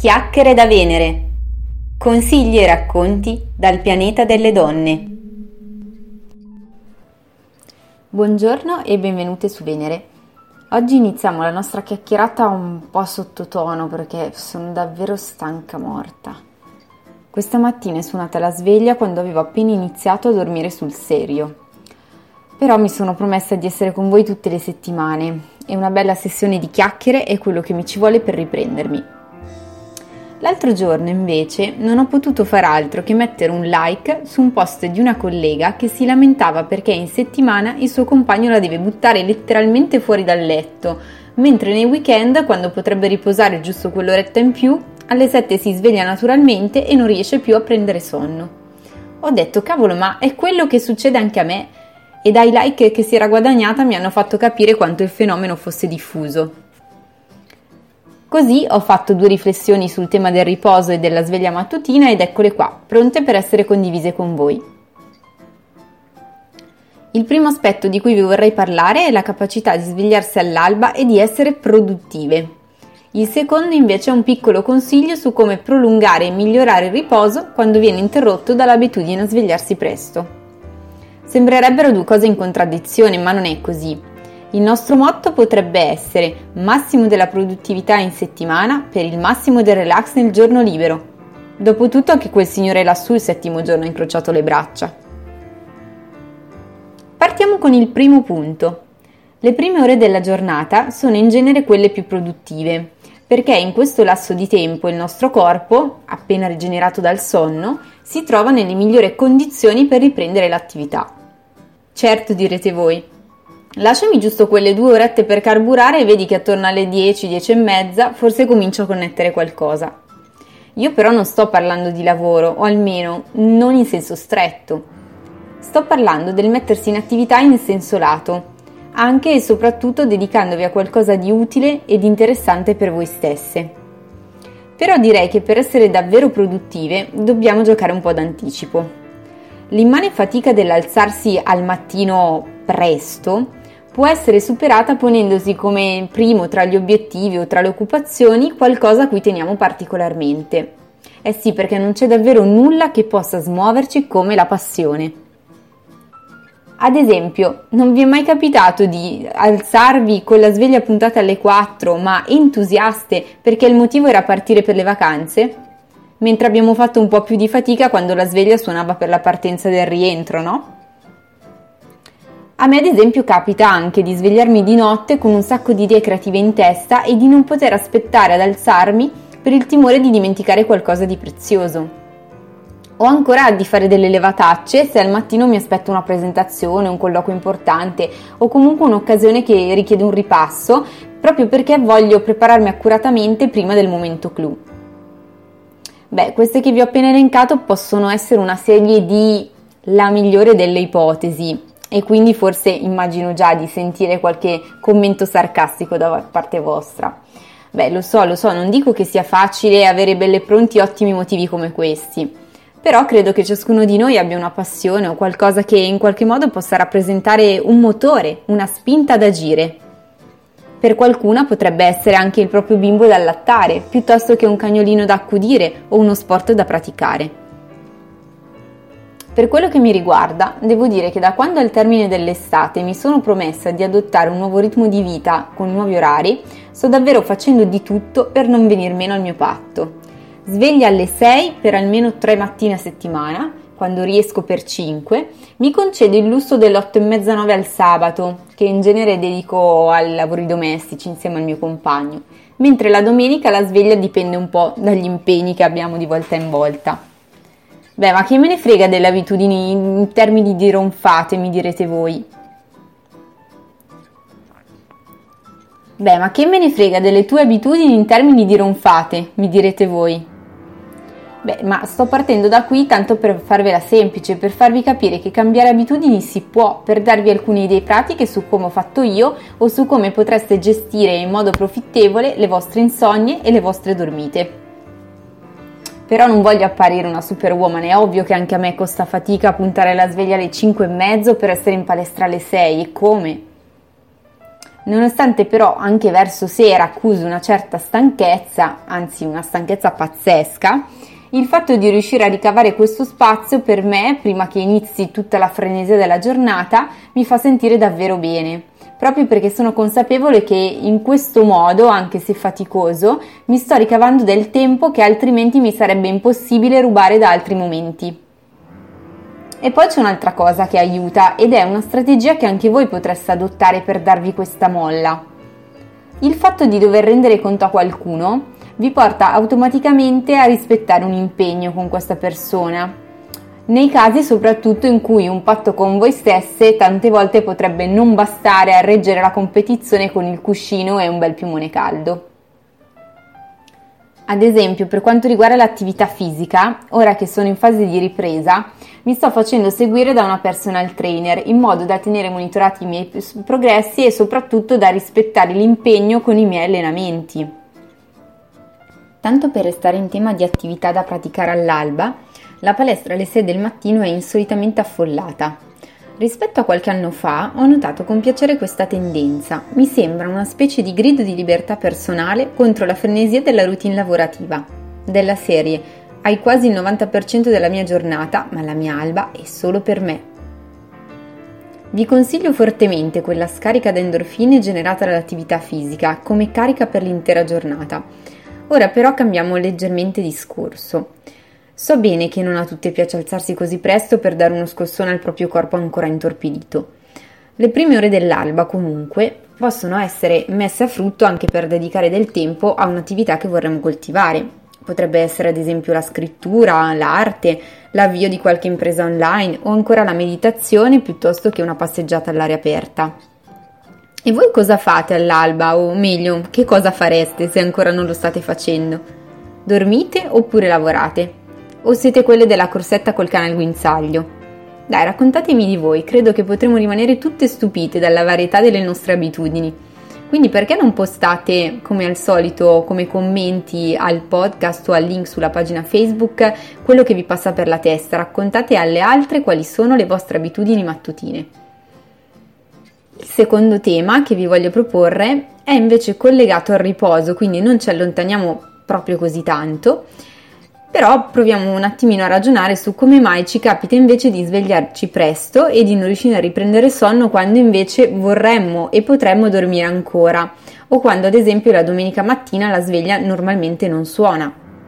Chiacchiere da Venere. Consigli e racconti dal pianeta delle donne. Buongiorno e benvenute su Venere. Oggi iniziamo la nostra chiacchierata un po' sottotono perché sono davvero stanca morta. Questa mattina è suonata la sveglia quando avevo appena iniziato a dormire sul serio. Però mi sono promessa di essere con voi tutte le settimane e una bella sessione di chiacchiere è quello che mi ci vuole per riprendermi. L'altro giorno invece non ho potuto far altro che mettere un like su un post di una collega che si lamentava perché in settimana il suo compagno la deve buttare letteralmente fuori dal letto, mentre nei weekend, quando potrebbe riposare giusto quell'oretta in più, alle 7 si sveglia naturalmente e non riesce più a prendere sonno. Ho detto cavolo, ma è quello che succede anche a me, e dai like che si era guadagnata mi hanno fatto capire quanto il fenomeno fosse diffuso. Così ho fatto 2 riflessioni sul tema del riposo e della sveglia mattutina ed eccole qua, pronte per essere condivise con voi. Il primo aspetto di cui vi vorrei parlare è la capacità di svegliarsi all'alba e di essere produttive. Il secondo invece è un piccolo consiglio su come prolungare e migliorare il riposo quando viene interrotto dall'abitudine a svegliarsi presto. Sembrerebbero 2 cose in contraddizione, ma non è così. Il nostro motto potrebbe essere massimo della produttività in settimana per il massimo del relax nel giorno libero. Dopotutto anche quel signore lassù il 7° giorno ha incrociato le braccia. Partiamo con il primo punto. Le prime ore della giornata sono in genere quelle più produttive, perché in questo lasso di tempo il nostro corpo, appena rigenerato dal sonno, si trova nelle migliori condizioni per riprendere l'attività. Certo, direte voi. Lasciami giusto quelle 2 orette per carburare e vedi che attorno alle 10, 10 e mezza forse comincio a connettere qualcosa. Io però non sto parlando di lavoro, o almeno non in senso stretto. Sto parlando del mettersi in attività in senso lato, anche e soprattutto dedicandovi a qualcosa di utile ed interessante per voi stesse. Però direi che per essere davvero produttive dobbiamo giocare un po' d'anticipo. L'immane fatica dell'alzarsi al mattino presto può essere superata ponendosi come primo tra gli obiettivi o tra le occupazioni qualcosa a cui teniamo particolarmente. Eh sì, perché non c'è davvero nulla che possa smuoverci come la passione. Ad esempio, non vi è mai capitato di alzarvi con la sveglia puntata alle 4, ma entusiaste perché il motivo era partire per le vacanze? Mentre abbiamo fatto un po' più di fatica quando la sveglia suonava per la partenza del rientro, no? A me ad esempio capita anche di svegliarmi di notte con un sacco di idee creative in testa e di non poter aspettare ad alzarmi per il timore di dimenticare qualcosa di prezioso. O ancora di fare delle levatacce se al mattino mi aspetto una presentazione, un colloquio importante o comunque un'occasione che richiede un ripasso, proprio perché voglio prepararmi accuratamente prima del momento clou. Beh, queste che vi ho appena elencato possono essere una serie di la migliore delle ipotesi e quindi forse immagino già di sentire qualche commento sarcastico da parte vostra. Beh, lo so, non dico che sia facile avere belle pronti ottimi motivi come questi, però credo che ciascuno di noi abbia una passione o qualcosa che in qualche modo possa rappresentare un motore, una spinta ad agire. Per qualcuna potrebbe essere anche il proprio bimbo da allattare, piuttosto che un cagnolino da accudire o uno sport da praticare. Per quello che mi riguarda, devo dire che da quando al termine dell'estate mi sono promessa di adottare un nuovo ritmo di vita con nuovi orari, sto davvero facendo di tutto per non venir meno al mio patto. Sveglia alle 6 per almeno 3 mattine a settimana, quando riesco per 5, mi concedo il lusso delle 8 e mezza 9 al sabato, che in genere dedico ai lavori domestici insieme al mio compagno, mentre la domenica la sveglia dipende un po' dagli impegni che abbiamo di volta in volta. Beh, ma che me ne frega delle abitudini in termini di ronfate, mi direte voi. Beh, ma che me ne frega delle tue abitudini in termini di ronfate, mi direte voi. Beh, ma sto partendo da qui tanto per farvela semplice, per farvi capire che cambiare abitudini si può, per darvi alcune idee pratiche su come ho fatto io o su come potreste gestire in modo profittevole le vostre insonnie e le vostre dormite. Però non voglio apparire una superwoman, è ovvio che anche a me costa fatica puntare la sveglia alle 5 e mezzo per essere in palestra alle 6, e come? Nonostante però anche verso sera accusi una certa stanchezza, anzi una stanchezza pazzesca, il fatto di riuscire a ricavare questo spazio per me, prima che inizi tutta la frenesia della giornata, mi fa sentire davvero bene, proprio perché sono consapevole che in questo modo, anche se faticoso, mi sto ricavando del tempo che altrimenti mi sarebbe impossibile rubare da altri momenti. E poi c'è un'altra cosa che aiuta ed è una strategia che anche voi potreste adottare per darvi questa molla. Il fatto di dover rendere conto a qualcuno vi porta automaticamente a rispettare un impegno con questa persona, nei casi soprattutto in cui un patto con voi stesse tante volte potrebbe non bastare a reggere la competizione con il cuscino e un bel piumone caldo. Ad esempio, per quanto riguarda l'attività fisica, ora che sono in fase di ripresa, mi sto facendo seguire da una personal trainer in modo da tenere monitorati i miei progressi e soprattutto da rispettare l'impegno con i miei allenamenti. Tanto per restare in tema di attività da praticare all'alba, la palestra alle 6 del mattino è insolitamente affollata. Rispetto a qualche anno fa ho notato con piacere questa tendenza, mi sembra una specie di grido di libertà personale contro la frenesia della routine lavorativa. Della serie, hai quasi il 90% della mia giornata, ma la mia alba è solo per me. Vi consiglio fortemente quella scarica da endorfine generata dall'attività fisica come carica per l'intera giornata. Ora però cambiamo leggermente discorso. So bene che non a tutte piace alzarsi così presto per dare uno scossone al proprio corpo ancora intorpidito. Le prime ore dell'alba, comunque, possono essere messe a frutto anche per dedicare del tempo a un'attività che vorremmo coltivare. Potrebbe essere ad esempio la scrittura, l'arte, l'avvio di qualche impresa online o ancora la meditazione piuttosto che una passeggiata all'aria aperta. E voi cosa fate all'alba? O meglio, che cosa fareste se ancora non lo state facendo? Dormite oppure lavorate? O siete quelle della corsetta col cane al guinzaglio? Dai, raccontatemi di voi, credo che potremo rimanere tutte stupite dalla varietà delle nostre abitudini. Quindi perché non postate, come al solito, come commenti al podcast o al link sulla pagina Facebook, quello che vi passa per la testa? Raccontate alle altre quali sono le vostre abitudini mattutine. Il secondo tema che vi voglio proporre è invece collegato al riposo, quindi non ci allontaniamo proprio così tanto, però proviamo un attimino a ragionare su come mai ci capita invece di svegliarci presto e di non riuscire a riprendere sonno quando invece vorremmo e potremmo dormire ancora, o quando ad esempio la domenica mattina la sveglia normalmente non suona.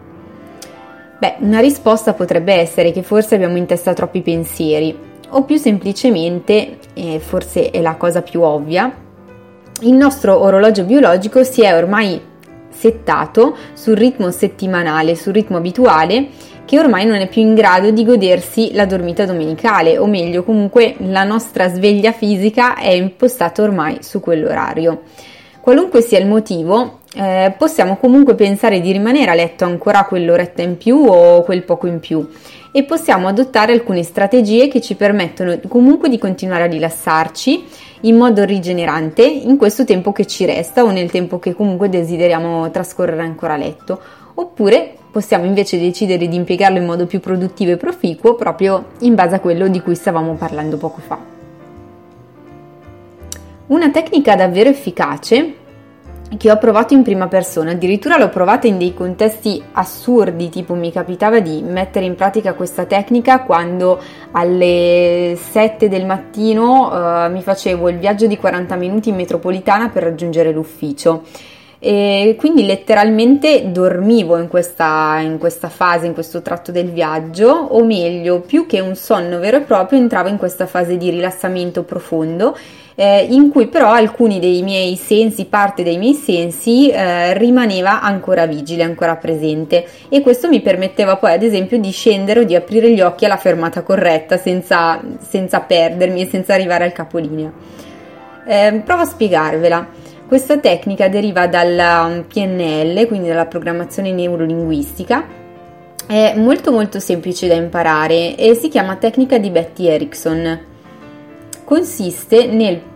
Beh, una risposta potrebbe essere che forse abbiamo in testa troppi pensieri, o più semplicemente, e forse è la cosa più ovvia, il nostro orologio biologico si è ormai settato sul ritmo settimanale, sul ritmo abituale, che ormai non è più in grado di godersi la dormita domenicale, o meglio, comunque la nostra sveglia fisica è impostata ormai su quell'orario. Qualunque sia il motivo, possiamo comunque pensare di rimanere a letto ancora quell'oretta in più o quel poco in più e possiamo adottare alcune strategie che ci permettono comunque di continuare a rilassarci in modo rigenerante in questo tempo che ci resta o nel tempo che comunque desideriamo trascorrere ancora a letto, oppure possiamo invece decidere di impiegarlo in modo più produttivo e proficuo proprio in base a quello di cui stavamo parlando poco fa. Una tecnica davvero efficace che ho provato in prima persona, addirittura l'ho provata in dei contesti assurdi, tipo mi capitava di mettere in pratica questa tecnica quando alle 7 del mattino mi facevo il viaggio di 40 minuti in metropolitana per raggiungere l'ufficio. E quindi letteralmente dormivo in questa fase, in questo tratto del viaggio, o meglio, più che un sonno vero e proprio, entravo in questa fase di rilassamento profondo, in cui però alcuni dei miei sensi, parte dei miei sensi, rimaneva ancora vigile, ancora presente, e questo mi permetteva poi ad esempio di scendere o di aprire gli occhi alla fermata corretta senza perdermi e senza arrivare al capolinea. Provo a spiegarvela. Questa tecnica deriva dalla PNL, quindi dalla programmazione neurolinguistica, è molto molto semplice da imparare e si chiama tecnica di Betty Erickson. Consiste nel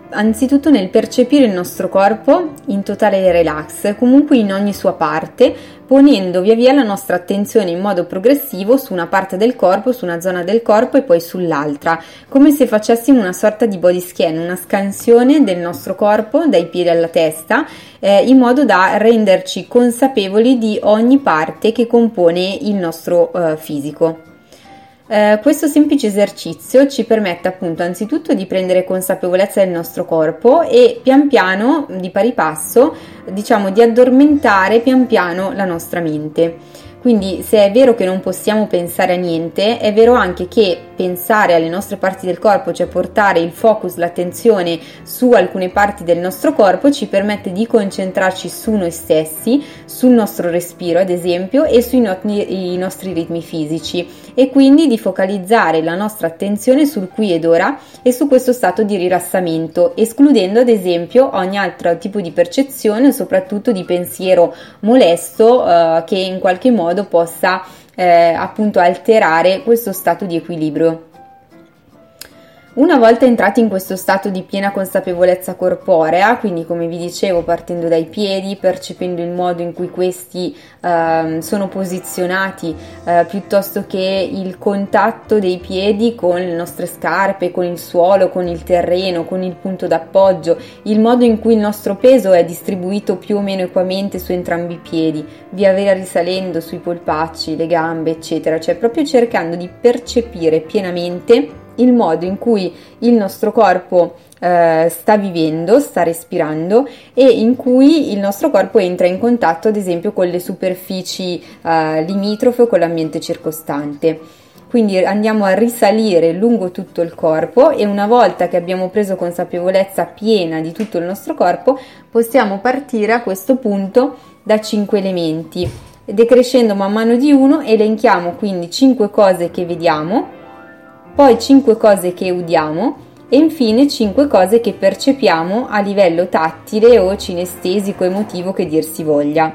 anzitutto nel percepire il nostro corpo in totale relax, comunque in ogni sua parte, ponendo via via la nostra attenzione in modo progressivo su una parte del corpo, su una zona del corpo e poi sull'altra, come se facessimo una sorta di body scan, una scansione del nostro corpo dai piedi alla testa, in modo da renderci consapevoli di ogni parte che compone il nostro fisico. Questo semplice esercizio ci permette appunto anzitutto di prendere consapevolezza del nostro corpo e pian piano, di pari passo, diciamo di addormentare pian piano la nostra mente. Quindi se è vero che non possiamo pensare a niente, è vero anche che pensare alle nostre parti del corpo, cioè portare il focus, l'attenzione su alcune parti del nostro corpo, ci permette di concentrarci su noi stessi, sul nostro respiro ad esempio e sui nostri ritmi fisici e quindi di focalizzare la nostra attenzione sul qui ed ora e su questo stato di rilassamento, escludendo ad esempio ogni altro tipo di percezione, soprattutto di pensiero molesto che in qualche modo possa appunto alterare questo stato di equilibrio. Una volta entrati in questo stato di piena consapevolezza corporea, quindi come vi dicevo partendo dai piedi, percependo il modo in cui questi sono posizionati, piuttosto che il contatto dei piedi con le nostre scarpe, con il suolo, con il terreno, con il punto d'appoggio, il modo in cui il nostro peso è distribuito più o meno equamente su entrambi i piedi, via via risalendo sui polpacci, le gambe, eccetera, cioè proprio cercando di percepire pienamente il modo in cui il nostro corpo sta vivendo, sta respirando e in cui il nostro corpo entra in contatto ad esempio con le superfici limitrofe o con l'ambiente circostante. Quindi andiamo a risalire lungo tutto il corpo e una volta che abbiamo preso consapevolezza piena di tutto il nostro corpo possiamo partire a questo punto da 5 elementi. Decrescendo man mano di uno elenchiamo quindi 5 cose che vediamo, poi 5 cose che udiamo e infine 5 cose che percepiamo a livello tattile o cinestesico emotivo che dir si voglia.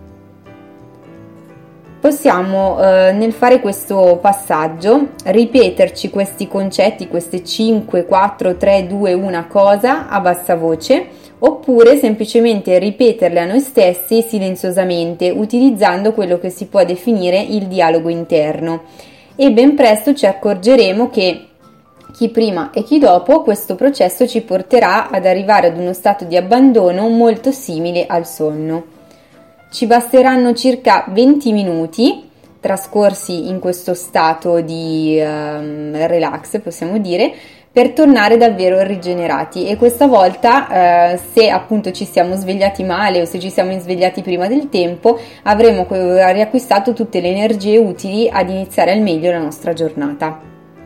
Possiamo nel fare questo passaggio ripeterci questi concetti, queste 5, 4, 3, 2, 1 cosa a bassa voce oppure semplicemente ripeterle a noi stessi silenziosamente utilizzando quello che si può definire il dialogo interno. E ben presto ci accorgeremo che chi prima e chi dopo questo processo ci porterà ad arrivare ad uno stato di abbandono molto simile al sonno. Ci basteranno circa 20 minuti trascorsi in questo stato di relax, possiamo dire, per tornare davvero rigenerati e questa volta se appunto ci siamo svegliati male o se ci siamo svegliati prima del tempo avremo riacquistato tutte le energie utili ad iniziare al meglio la nostra giornata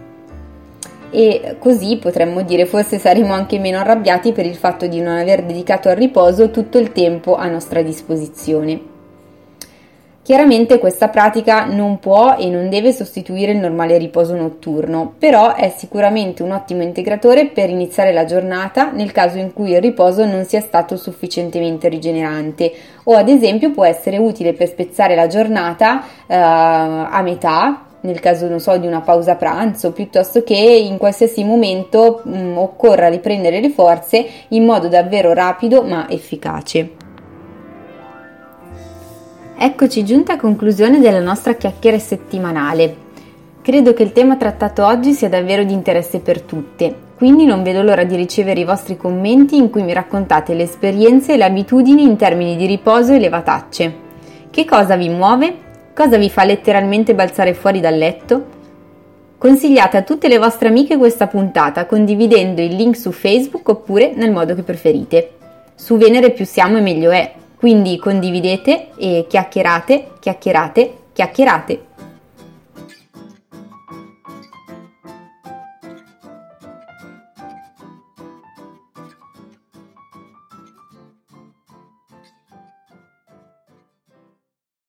e così potremmo dire forse saremo anche meno arrabbiati per il fatto di non aver dedicato al riposo tutto il tempo a nostra disposizione. Chiaramente questa pratica non può e non deve sostituire il normale riposo notturno, però è sicuramente un ottimo integratore per iniziare la giornata nel caso in cui il riposo non sia stato sufficientemente rigenerante o ad esempio può essere utile per spezzare la giornata a metà, nel caso non so di una pausa pranzo, piuttosto che in qualsiasi momento occorra riprendere le forze in modo davvero rapido ma efficace. Eccoci giunti a conclusione della nostra chiacchiera settimanale. Credo che il tema trattato oggi sia davvero di interesse per tutte, quindi non vedo l'ora di ricevere i vostri commenti in cui mi raccontate le esperienze e le abitudini in termini di riposo e levatacce. Che cosa vi muove? Cosa vi fa letteralmente balzare fuori dal letto? Consigliate a tutte le vostre amiche questa puntata condividendo il link su Facebook oppure nel modo che preferite. Su Venere più siamo e meglio è. Quindi condividete e chiacchierate, chiacchierate, chiacchierate.